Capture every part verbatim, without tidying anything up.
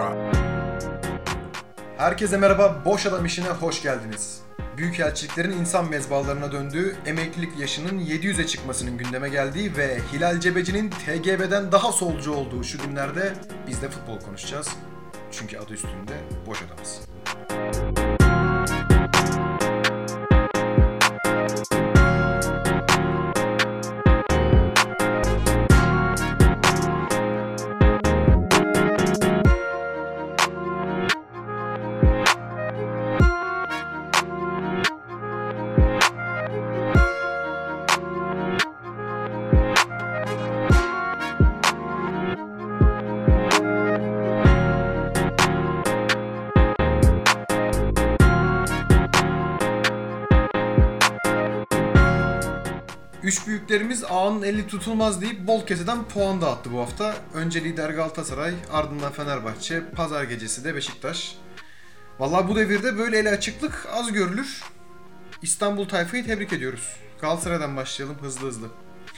Herkese merhaba, Boş Adam İşine hoş geldiniz. Büyükelçiliklerin insan mezbahalarına döndüğü, emeklilik yaşının yedi yüze çıkmasının gündeme geldiği ve Hilal Cebeci'nin T G B'den daha solcu olduğu şu günlerde biz de futbol konuşacağız. Çünkü adı üstünde boş adamız. Üç büyüklerimiz ağanın eli tutulmaz deyip bol keseden puan dağıttı bu hafta. Önce lider Galatasaray, ardından Fenerbahçe, pazar gecesi de Beşiktaş. Vallahi bu devirde böyle ele açıklık az görülür. İstanbul tayfayı tebrik ediyoruz. Galatasaray'dan başlayalım hızlı hızlı.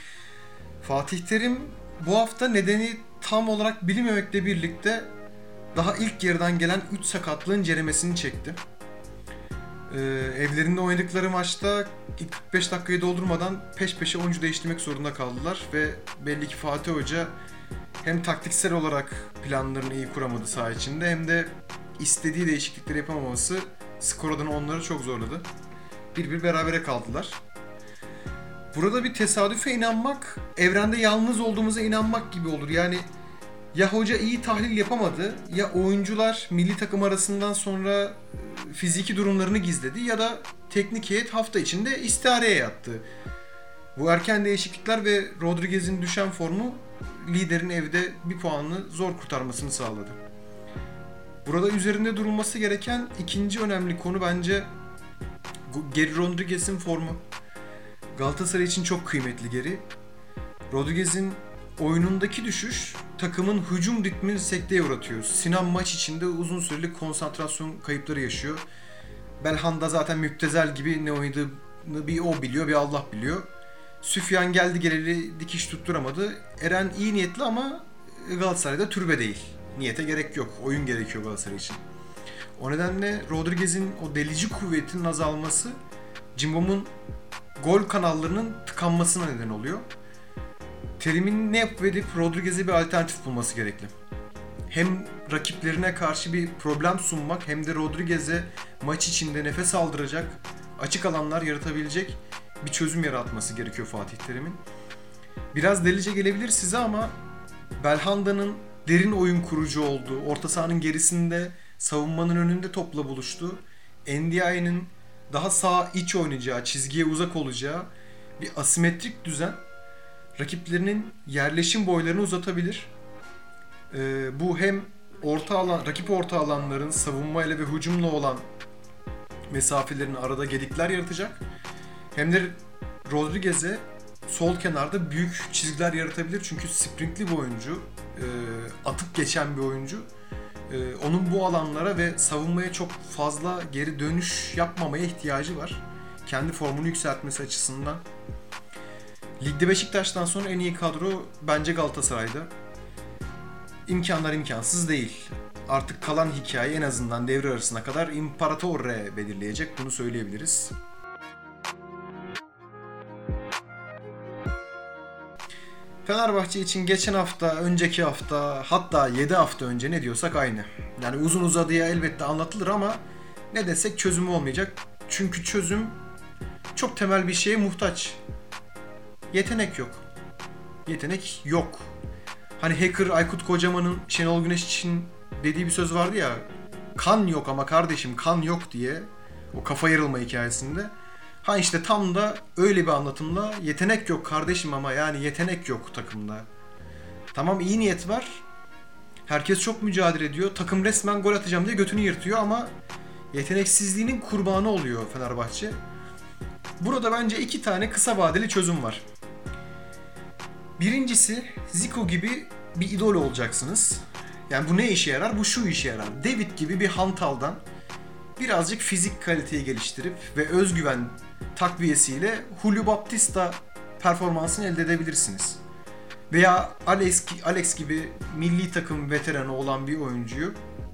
Fatih Terim bu hafta nedeni tam olarak bilinmemekle birlikte daha ilk yarıdan gelen üç sakatlığın ceremesini çekti. Ee, evlerinde oynadıkları maçta ilk kırk beş dakikayı doldurmadan peş peşe oyuncu değiştirmek zorunda kaldılar ve belli ki Fatih Hoca hem taktiksel olarak planlarını iyi kuramadı saha içinde hem de istediği değişiklikleri yapamaması skor adına onları çok zorladı. Bir bir berabere kaldılar. Burada bir tesadüfe inanmak, evrende yalnız olduğumuza inanmak gibi olur. Yani ya hoca iyi tahlil yapamadı, ya oyuncular milli takım arasından sonra fiziki durumlarını gizledi ya da teknik heyet hafta içinde istihareye yattı. Bu erken değişiklikler ve Rodriguez'in düşen formu liderin evde bir puanını zor kurtarmasını sağladı. Burada üzerinde durulması gereken ikinci önemli konu bence Geri Rodriguez'in formu. Galatasaray için çok kıymetli Geri. Rodriguez'in oyunundaki düşüş takımın hücum ritmini sekteye uğratıyor. Sinan maç içinde uzun süreli konsantrasyon kayıpları yaşıyor. Belhanda zaten müptezel gibi ne oynadığını bir o biliyor bir Allah biliyor. Süfyan geldi geleli dikiş tutturamadı. Eren iyi niyetli ama Galatasaray'da türbe değil. Niyete gerek yok. Oyun gerekiyor Galatasaray için. O nedenle Rodriguez'in o delici kuvvetinin azalması Cimbom'un gol kanallarının tıkanmasına neden oluyor. Terim'in ne yapıp edip Rodriguez'e bir alternatif bulması gerekli. Hem rakiplerine karşı bir problem sunmak hem de Rodriguez'e maç içinde nefes aldıracak, açık alanlar yaratabilecek bir çözüm yaratması gerekiyor Fatih Terim'in. Biraz delice gelebilir size ama Belhanda'nın derin oyun kurucu olduğu, orta sahanın gerisinde savunmanın önünde topla buluştuğu, N D I'nin daha sağ iç oynayacağı, çizgiye uzak olacağı bir asimetrik düzen rakiplerinin yerleşim boylarını uzatabilir. Ee, bu hem orta alan, rakip orta alanların savunmayla ve hücumla olan mesafelerini arada gedikler yaratacak. Hem de Rodriguez'e sol kenarda büyük çizgiler yaratabilir. Çünkü sprintli bir oyuncu, e, atıp geçen bir oyuncu. E, onun bu alanlara ve savunmaya çok fazla geri dönüş yapmamaya ihtiyacı var. Kendi formunu yükseltmesi açısından. Ligde Beşiktaş'tan sonra en iyi kadro bence Galatasaray'da. İmkanlar imkansız değil. Artık kalan hikaye en azından devre arasına kadar İmparatorre belirleyecek, bunu söyleyebiliriz. Fenerbahçe için geçen hafta, önceki hafta, hatta yedi hafta önce ne diyorsak aynı. Yani uzun uzadıya elbette anlatılır ama ne desek çözümü olmayacak. Çünkü çözüm çok temel bir şeye muhtaç. Yetenek yok. Yetenek yok. Hani hacker Aykut Kocaman'ın Şenol Güneş için dediği bir söz vardı ya. Kan yok ama kardeşim kan yok diye. O kafa yarılma hikayesinde. Ha işte tam da öyle bir anlatımla yetenek yok kardeşim ama yani yetenek yok takımda. Tamam iyi niyet var. Herkes çok mücadele ediyor. Takım resmen gol atacağım diye götünü yırtıyor ama yeteneksizliğinin kurbanı oluyor Fenerbahçe. Burada bence iki tane kısa vadeli çözüm var. Birincisi Zico gibi bir idol olacaksınız. Yani bu ne işe yarar? Bu şu işe yarar. David gibi bir hantaldan birazcık fizik kaliteyi geliştirip ve özgüven takviyesiyle Julio Baptista performansını elde edebilirsiniz. Veya Alex, Alex gibi milli takım veteranı olan bir oyuncuyu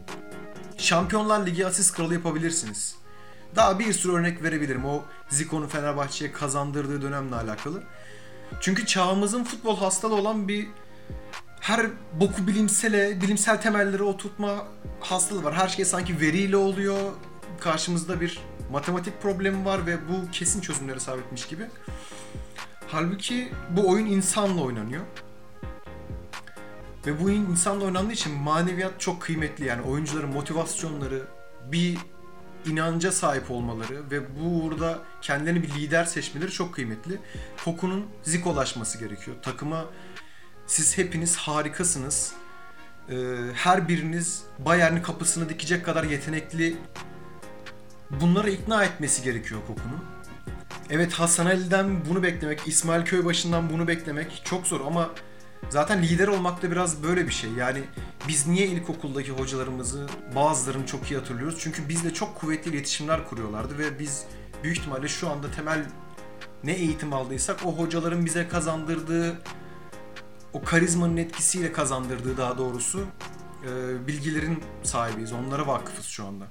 Şampiyonlar Ligi asist kralı yapabilirsiniz. Daha bir sürü örnek verebilirim o Zico'nun Fenerbahçe'ye kazandırdığı dönemle alakalı. Çünkü çağımızın futbol hastalığı olan bir her boku bilimsele, bilimsel temelleri oturtma hastalığı var. Her şey sanki veriyle oluyor. Karşımızda bir matematik problemi var ve bu kesin çözümlere sahipmiş gibi. Halbuki bu oyun insanla oynanıyor. Ve bu oyun insanla oynandığı için maneviyat çok kıymetli. Yani oyuncuların motivasyonları, bir inanca sahip olmaları ve bu uğurda kendilerini bir lider seçmeleri çok kıymetli. Koku'nun Zico'laşması gerekiyor. Takıma siz hepiniz harikasınız. Ee, her biriniz Bayern'in kapısını dikecek kadar yetenekli. Bunlara ikna etmesi gerekiyor Koku'nun. Evet, Hasan Ali'den bunu beklemek, İsmail Köybaşı'ndan bunu beklemek çok zor ama zaten lider olmak da biraz böyle bir şey. Yani biz niye ilkokuldaki hocalarımızı, bazılarını çok iyi hatırlıyoruz? Çünkü bizle çok kuvvetli iletişimler kuruyorlardı ve biz büyük ihtimalle şu anda temel ne eğitim aldıysak o hocaların bize kazandırdığı, o karizmanın etkisiyle kazandırdığı daha doğrusu bilgilerin sahibiyiz. Onlara vakıfız şu anda.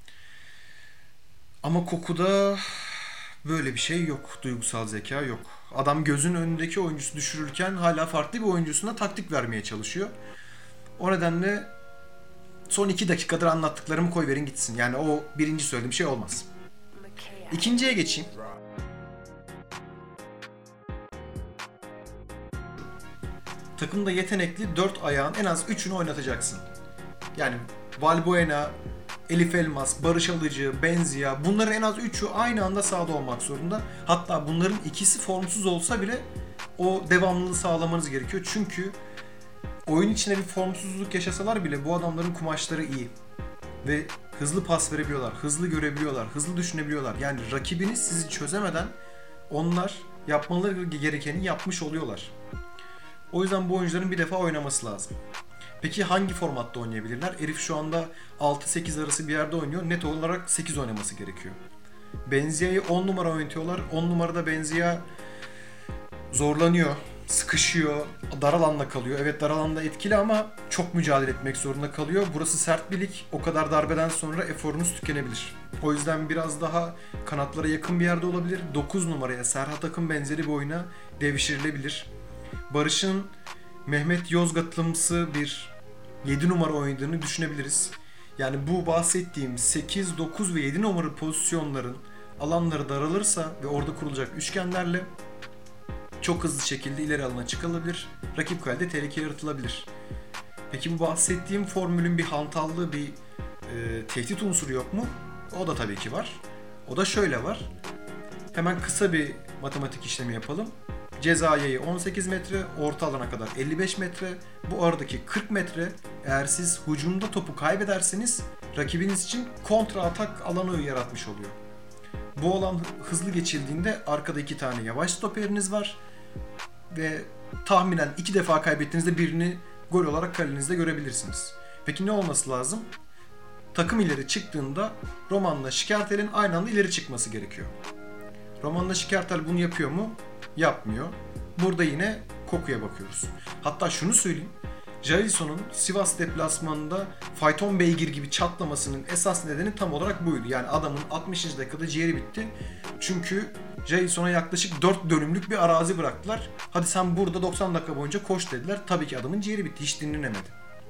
Ama Koku'da böyle bir şey yok. Duygusal zeka yok. Adam gözün önündeki oyuncusu düşürürken hala farklı bir oyuncusuna taktik vermeye çalışıyor. O nedenle son iki dakikadır anlattıklarımı koyverin gitsin. Yani o birinci söylediğim şey olmaz. İkinciye geçeyim. Takımda yetenekli dört ayağın en az üçünü oynatacaksın. Yani Valbuena, Elif Elmas, Barış Alıcı, Benzia, bunların en az üçü aynı anda sahada olmak zorunda. Hatta bunların ikisi formsuz olsa bile o devamlılığı sağlamanız gerekiyor. Çünkü oyun içinde bir formsuzluk yaşasalar bile bu adamların kumaşları iyi. Ve hızlı pas verebiliyorlar, hızlı görebiliyorlar, hızlı düşünebiliyorlar. Yani rakibiniz sizi çözemeden onlar yapmaları gerekeni yapmış oluyorlar. O yüzden bu oyuncuların bir defa oynaması lazım. Peki hangi formatta oynayabilirler? Herif şu anda altı sekiz arası bir yerde oynuyor. Net olarak sekiz oynaması gerekiyor. Benzia'yı on numara oynatıyorlar. on numarada Benzia zorlanıyor, sıkışıyor, dar alanda kalıyor. Evet, dar alanda etkili ama çok mücadele etmek zorunda kalıyor. Burası sert bir lig. O kadar darbeden sonra eforunuz tükenebilir. O yüzden biraz daha kanatlara yakın bir yerde olabilir. dokuz numaraya Serhat Akın benzeri bir oyuna devşirilebilir. Barış'ın Mehmet Yozgatlımsı bir yedi numara oynadığını düşünebiliriz. Yani bu bahsettiğim sekiz, dokuz ve yedi numara pozisyonların alanları daralırsa ve orada kurulacak üçgenlerle çok hızlı şekilde ileri alana çıkılabilir. Rakip kalede tehlike yaratılabilir. Peki bu bahsettiğim formülün bir hantallığı, bir e, tehdit unsuru yok mu? O da tabii ki var. O da şöyle var. Hemen kısa bir matematik işlemi yapalım. Ceza yayı on sekiz metre, orta alana kadar elli beş metre. Bu aradaki kırk metre, eğer siz hücumda topu kaybederseniz rakibiniz için kontra atak alanı yaratmış oluyor. Bu alan hızlı geçildiğinde arkada iki tane yavaş stoperiniz var ve tahminen iki defa kaybettiğinizde birini gol olarak kalenizde görebilirsiniz. Peki ne olması lazım? Takım ileri çıktığında Roman'la Şikertel'in aynı anda ileri çıkması gerekiyor. Roman'la Şikertel bunu yapıyor mu? Yapmıyor. Burada yine Koku'ya bakıyoruz. Hatta şunu söyleyeyim. Jalison'un Sivas deplasmanında fayton beygir gibi çatlamasının esas nedeni tam olarak buydu. Yani adamın altmışıncı dakikada ciğeri bitti. Çünkü Jalison'a yaklaşık dört dönümlük bir arazi bıraktılar. Hadi sen burada doksan dakika boyunca koş dediler. Tabii ki adamın ciğeri bitti. Hiç dinlenemedi.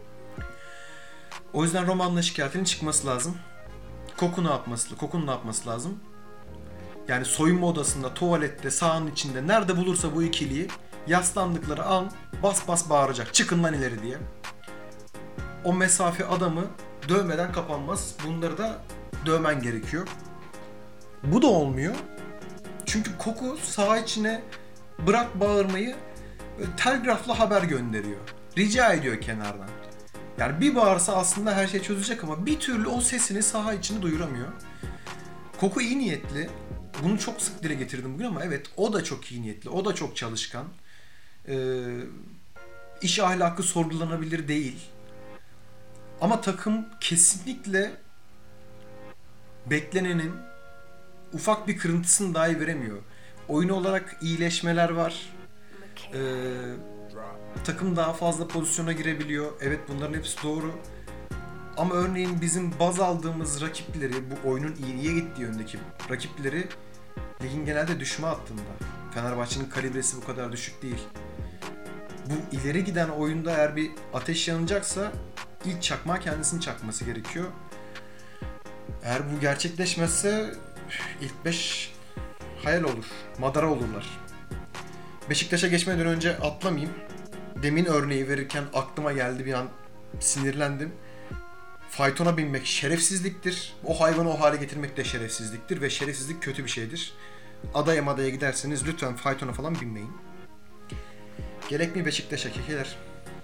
O yüzden Roman'la Şikertel'in çıkması lazım. Koku ne yapması, Koku'nun ne yapması lazım? Yani soyunma odasında, tuvalette, sahanın içinde nerede bulursa bu ikiliyi yaslandıkları an bas bas bağıracak. Çıkın lan ileri diye. O mesafe adamı dövmeden kapanmaz. Bunları da dövmen gerekiyor. Bu da olmuyor. Çünkü Koku saha içine bırak bağırmayı, telgrafla haber gönderiyor. Rica ediyor kenardan. Yani bir bağırsa aslında her şey çözülecek ama bir türlü o sesini saha içinde duyuramıyor. Koku iyi niyetli. Bunu çok sık dile getirdim bugün ama evet, o da çok iyi niyetli. O da çok çalışkan. Ee, iş ahlakı sorgulanabilir değil. Ama takım kesinlikle beklenenin ufak bir kırıntısını dahi veremiyor. Oyun olarak iyileşmeler var. Ee, takım daha fazla pozisyona girebiliyor. Evet, bunların hepsi doğru. Ama örneğin bizim baz aldığımız rakipleri, bu oyunun iyiliğe gittiği yöndeki rakipleri ligin genelde düşme hattında. Fenerbahçe'nin kalibresi bu kadar düşük değil. Bu ileri giden oyunda eğer bir ateş yanacaksa ilk çakmağı kendisinin çakması gerekiyor. Eğer bu gerçekleşmezse ilk beş hayal olur, madara olurlar. Beşiktaş'a geçmeden önce atlamayayım. Demin örneği verirken aklıma geldi, bir an sinirlendim. Faytona binmek şerefsizliktir. O hayvanı o hale getirmek de şerefsizliktir ve şerefsizlik kötü bir şeydir. Adaya madaya giderseniz lütfen faytona falan binmeyin. Gerek mi Beşiktaş'a kekeler?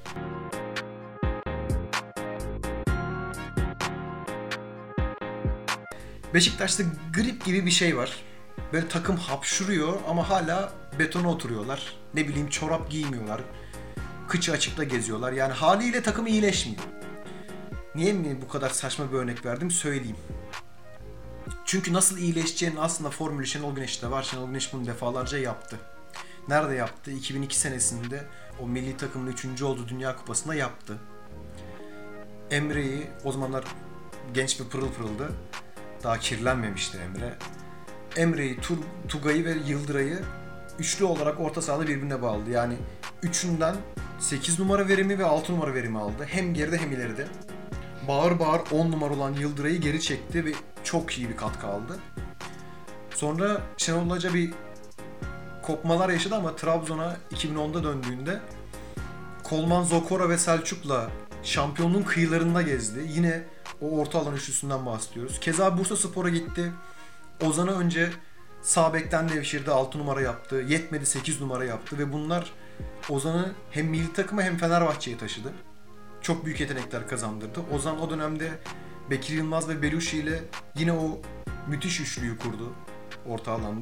Beşiktaş'ta grip gibi bir şey var. Böyle takım hapşuruyor ama hala betona oturuyorlar. Ne bileyim, çorap giymiyorlar. Kıçı açıkta geziyorlar. Yani haliyle takım iyileşmiyor. Niye mi bu kadar saçma bir örnek verdim söyleyeyim. Çünkü nasıl iyileşeceğinin aslında formülü Şenol Güneş'te var. Şenol Güneş bunu defalarca yaptı. Nerede yaptı? iki bin iki senesinde o milli takımın üçüncü olduğu Dünya Kupası'nda yaptı. Emre'yi, o zamanlar genç bir pırıl pırıldı. Daha kirlenmemişti Emre. Emre'yi, Tugay'ı ve Yıldıray'ı üçlü olarak orta sahada birbirine bağladı. Yani üçünden sekiz numara verimi ve altı numara verimi aldı. Hem geride hem ileride. Bağır bağır on numara olan Yıldıray'ı geri çekti ve çok iyi bir katkı aldı. Sonra Şenol Hoca bir kopmalar yaşadı ama Trabzon'a iki bin onda döndüğünde Kolman, Zokora ve Selçuk'la şampiyonluğun kıyılarında gezdi. Yine o orta alan üçlüsünden bahsediyoruz. Keza Bursaspor'a gitti. Ozan'ı önce sağ bekten devşirdi, altı numara yaptı. Yetmedi, sekiz numara yaptı ve bunlar Ozan'ı hem milli takıma hem Fenerbahçe'ye taşıdı. Çok büyük yetenekler kazandırdı. Ozan o dönemde Bekir Yılmaz ve Belushi ile yine o müthiş üçlüyü kurdu orta alanda.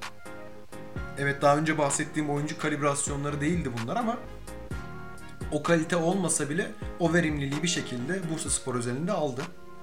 Evet, daha önce bahsettiğim oyuncu kalibrasyonları değildi bunlar ama o kalite olmasa bile o verimliliği bir şekilde Bursaspor özelinde aldı.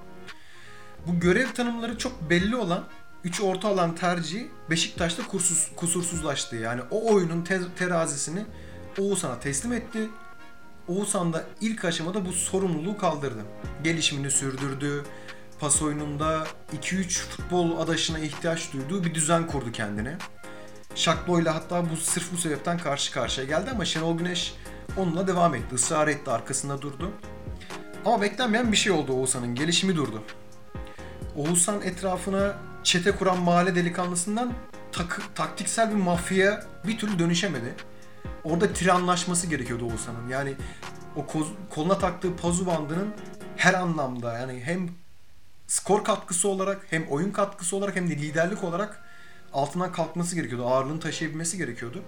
Bu görev tanımları çok belli olan üç orta alan tercihi Beşiktaş'ta kursuz, kusursuzlaştı. Yani o oyunun te- terazisini Oğuzhan'a teslim etti. Oğuzhan da ilk aşamada bu sorumluluğu kaldırdı. Gelişimini sürdürdü. Pas oyununda iki üç futbol adaşına ihtiyaç duyduğu bir düzen kurdu kendine. Şaklo'yla hatta bu sırf bu sebepten karşı karşıya geldi ama Şenol Güneş onunla devam etti. Israr etti, arkasında durdu. Ama beklenmeyen bir şey oldu Oğuzhan'ın. Gelişimi durdu. Oğuzhan etrafına çete kuran mahalle delikanlısından tak- taktiksel bir mafyaya bir türlü dönüşemedi. Orada tiranlaşması gerekiyordu Oğuzhan'ın. Yani o koz- koluna taktığı pazu bandının her anlamda, yani hem skor katkısı olarak hem oyun katkısı olarak hem de liderlik olarak altından kalkması gerekiyordu. Ağırlığını taşıyabilmesi gerekiyordu.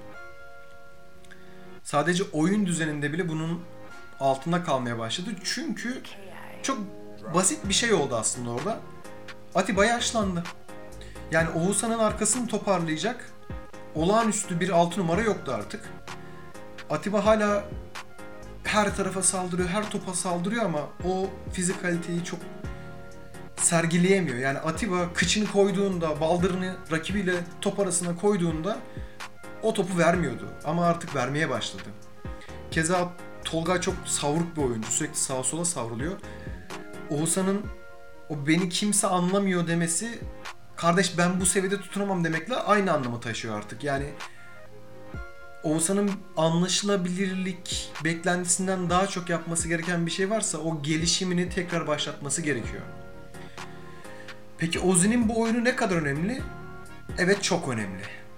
Sadece oyun düzeninde bile bunun altında kalmaya başladı. Çünkü çok basit bir şey oldu aslında orada. Atiba yaşlandı. Yani Oğuzhan'ın arkasını toparlayacak olağanüstü bir altı numara yoktu artık. Atiba hala her tarafa saldırıyor, her topa saldırıyor ama o fizikaliteyi çok sergileyemiyor. Yani Atiba kıçını koyduğunda, baldırını rakibiyle top arasına koyduğunda o topu vermiyordu. Ama artık vermeye başladı. Keza Tolga çok savruk bir oyuncu. Sürekli sağa sola savruluyor. Oğuzhan'ın o beni kimse anlamıyor demesi, kardeş ben bu seviyede tutunamam demekle aynı anlamı taşıyor artık. Yani Oğuzhan'ın anlaşılabilirlik beklentisinden daha çok yapması gereken bir şey varsa o gelişimini tekrar başlatması gerekiyor. Peki Ozi'nin bu oyunu ne kadar önemli? Evet, çok önemli.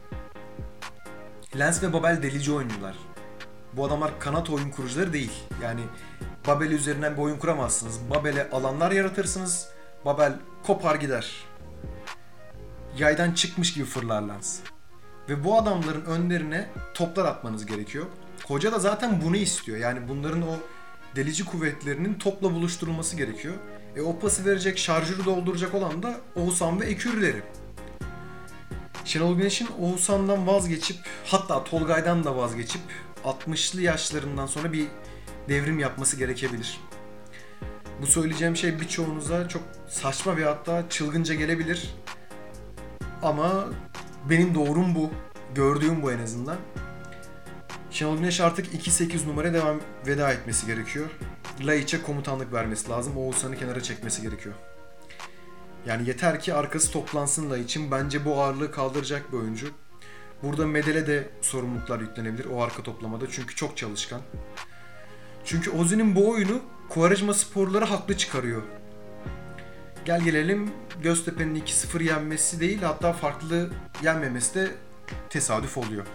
Lens ve Babel delici oyuncular. Bu adamlar kanat oyun kurucuları değil. Yani Babel üzerinden bir oyun kuramazsınız. Babel'e alanlar yaratırsınız. Babel kopar gider. Yaydan çıkmış gibi fırlar Lens. Ve bu adamların önlerine toplar atmanız gerekiyor. Hoca da zaten bunu istiyor. Yani bunların o delici kuvvetlerinin topla buluşturulması gerekiyor. E o pası verecek, şarjörü dolduracak olan da Oğuzhan ve ekürleri. Şenol Güneş'in Oğuzhan'dan vazgeçip, hatta Tolgay'dan da vazgeçip altmışlı yaşlarından sonra bir devrim yapması gerekebilir. Bu söyleyeceğim şey birçoğunuza çok saçma ve hatta çılgınca gelebilir. Ama benim doğrum bu. Gördüğüm bu en azından. Şenol Güneş artık iki sekiz numara devam veda etmesi gerekiyor. Laiç'e komutanlık vermesi lazım. Oğuzhan'ı kenara çekmesi gerekiyor. Yani yeter ki arkası toplansın Laiç'in. Bence bu ağırlığı kaldıracak bir oyuncu. Burada Medel'e de sorumluluklar yüklenebilir o arka toplamada. Çünkü çok çalışkan. Çünkü Ozi'nin bu oyunu Quaresmasporları haklı çıkarıyor. Gel gelelim Göztepe'nin iki sıfır yenmesi değil, hatta farklı yenmemesi de tesadüf oluyor.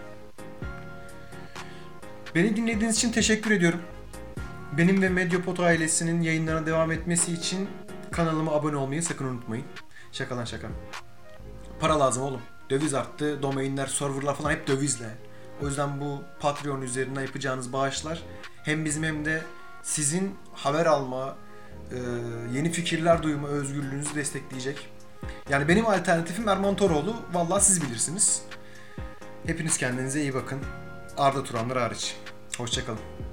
Beni dinlediğiniz için teşekkür ediyorum. Benim ve Medyapod ailesinin yayınlarına devam etmesi için kanalıma abone olmayı sakın unutmayın. Şaka lan şaka. Para lazım oğlum. Döviz arttı. Domainler, serverlar falan hep dövizle. O yüzden bu Patreon üzerinden yapacağınız bağışlar hem bizim hem de sizin haber alma, yeni fikirler duyma özgürlüğünüzü destekleyecek. Yani benim alternatifim Erman Toroğlu. Vallahi siz bilirsiniz. Hepiniz kendinize iyi bakın. Arda Turanlar hariç. Hoşça kalın.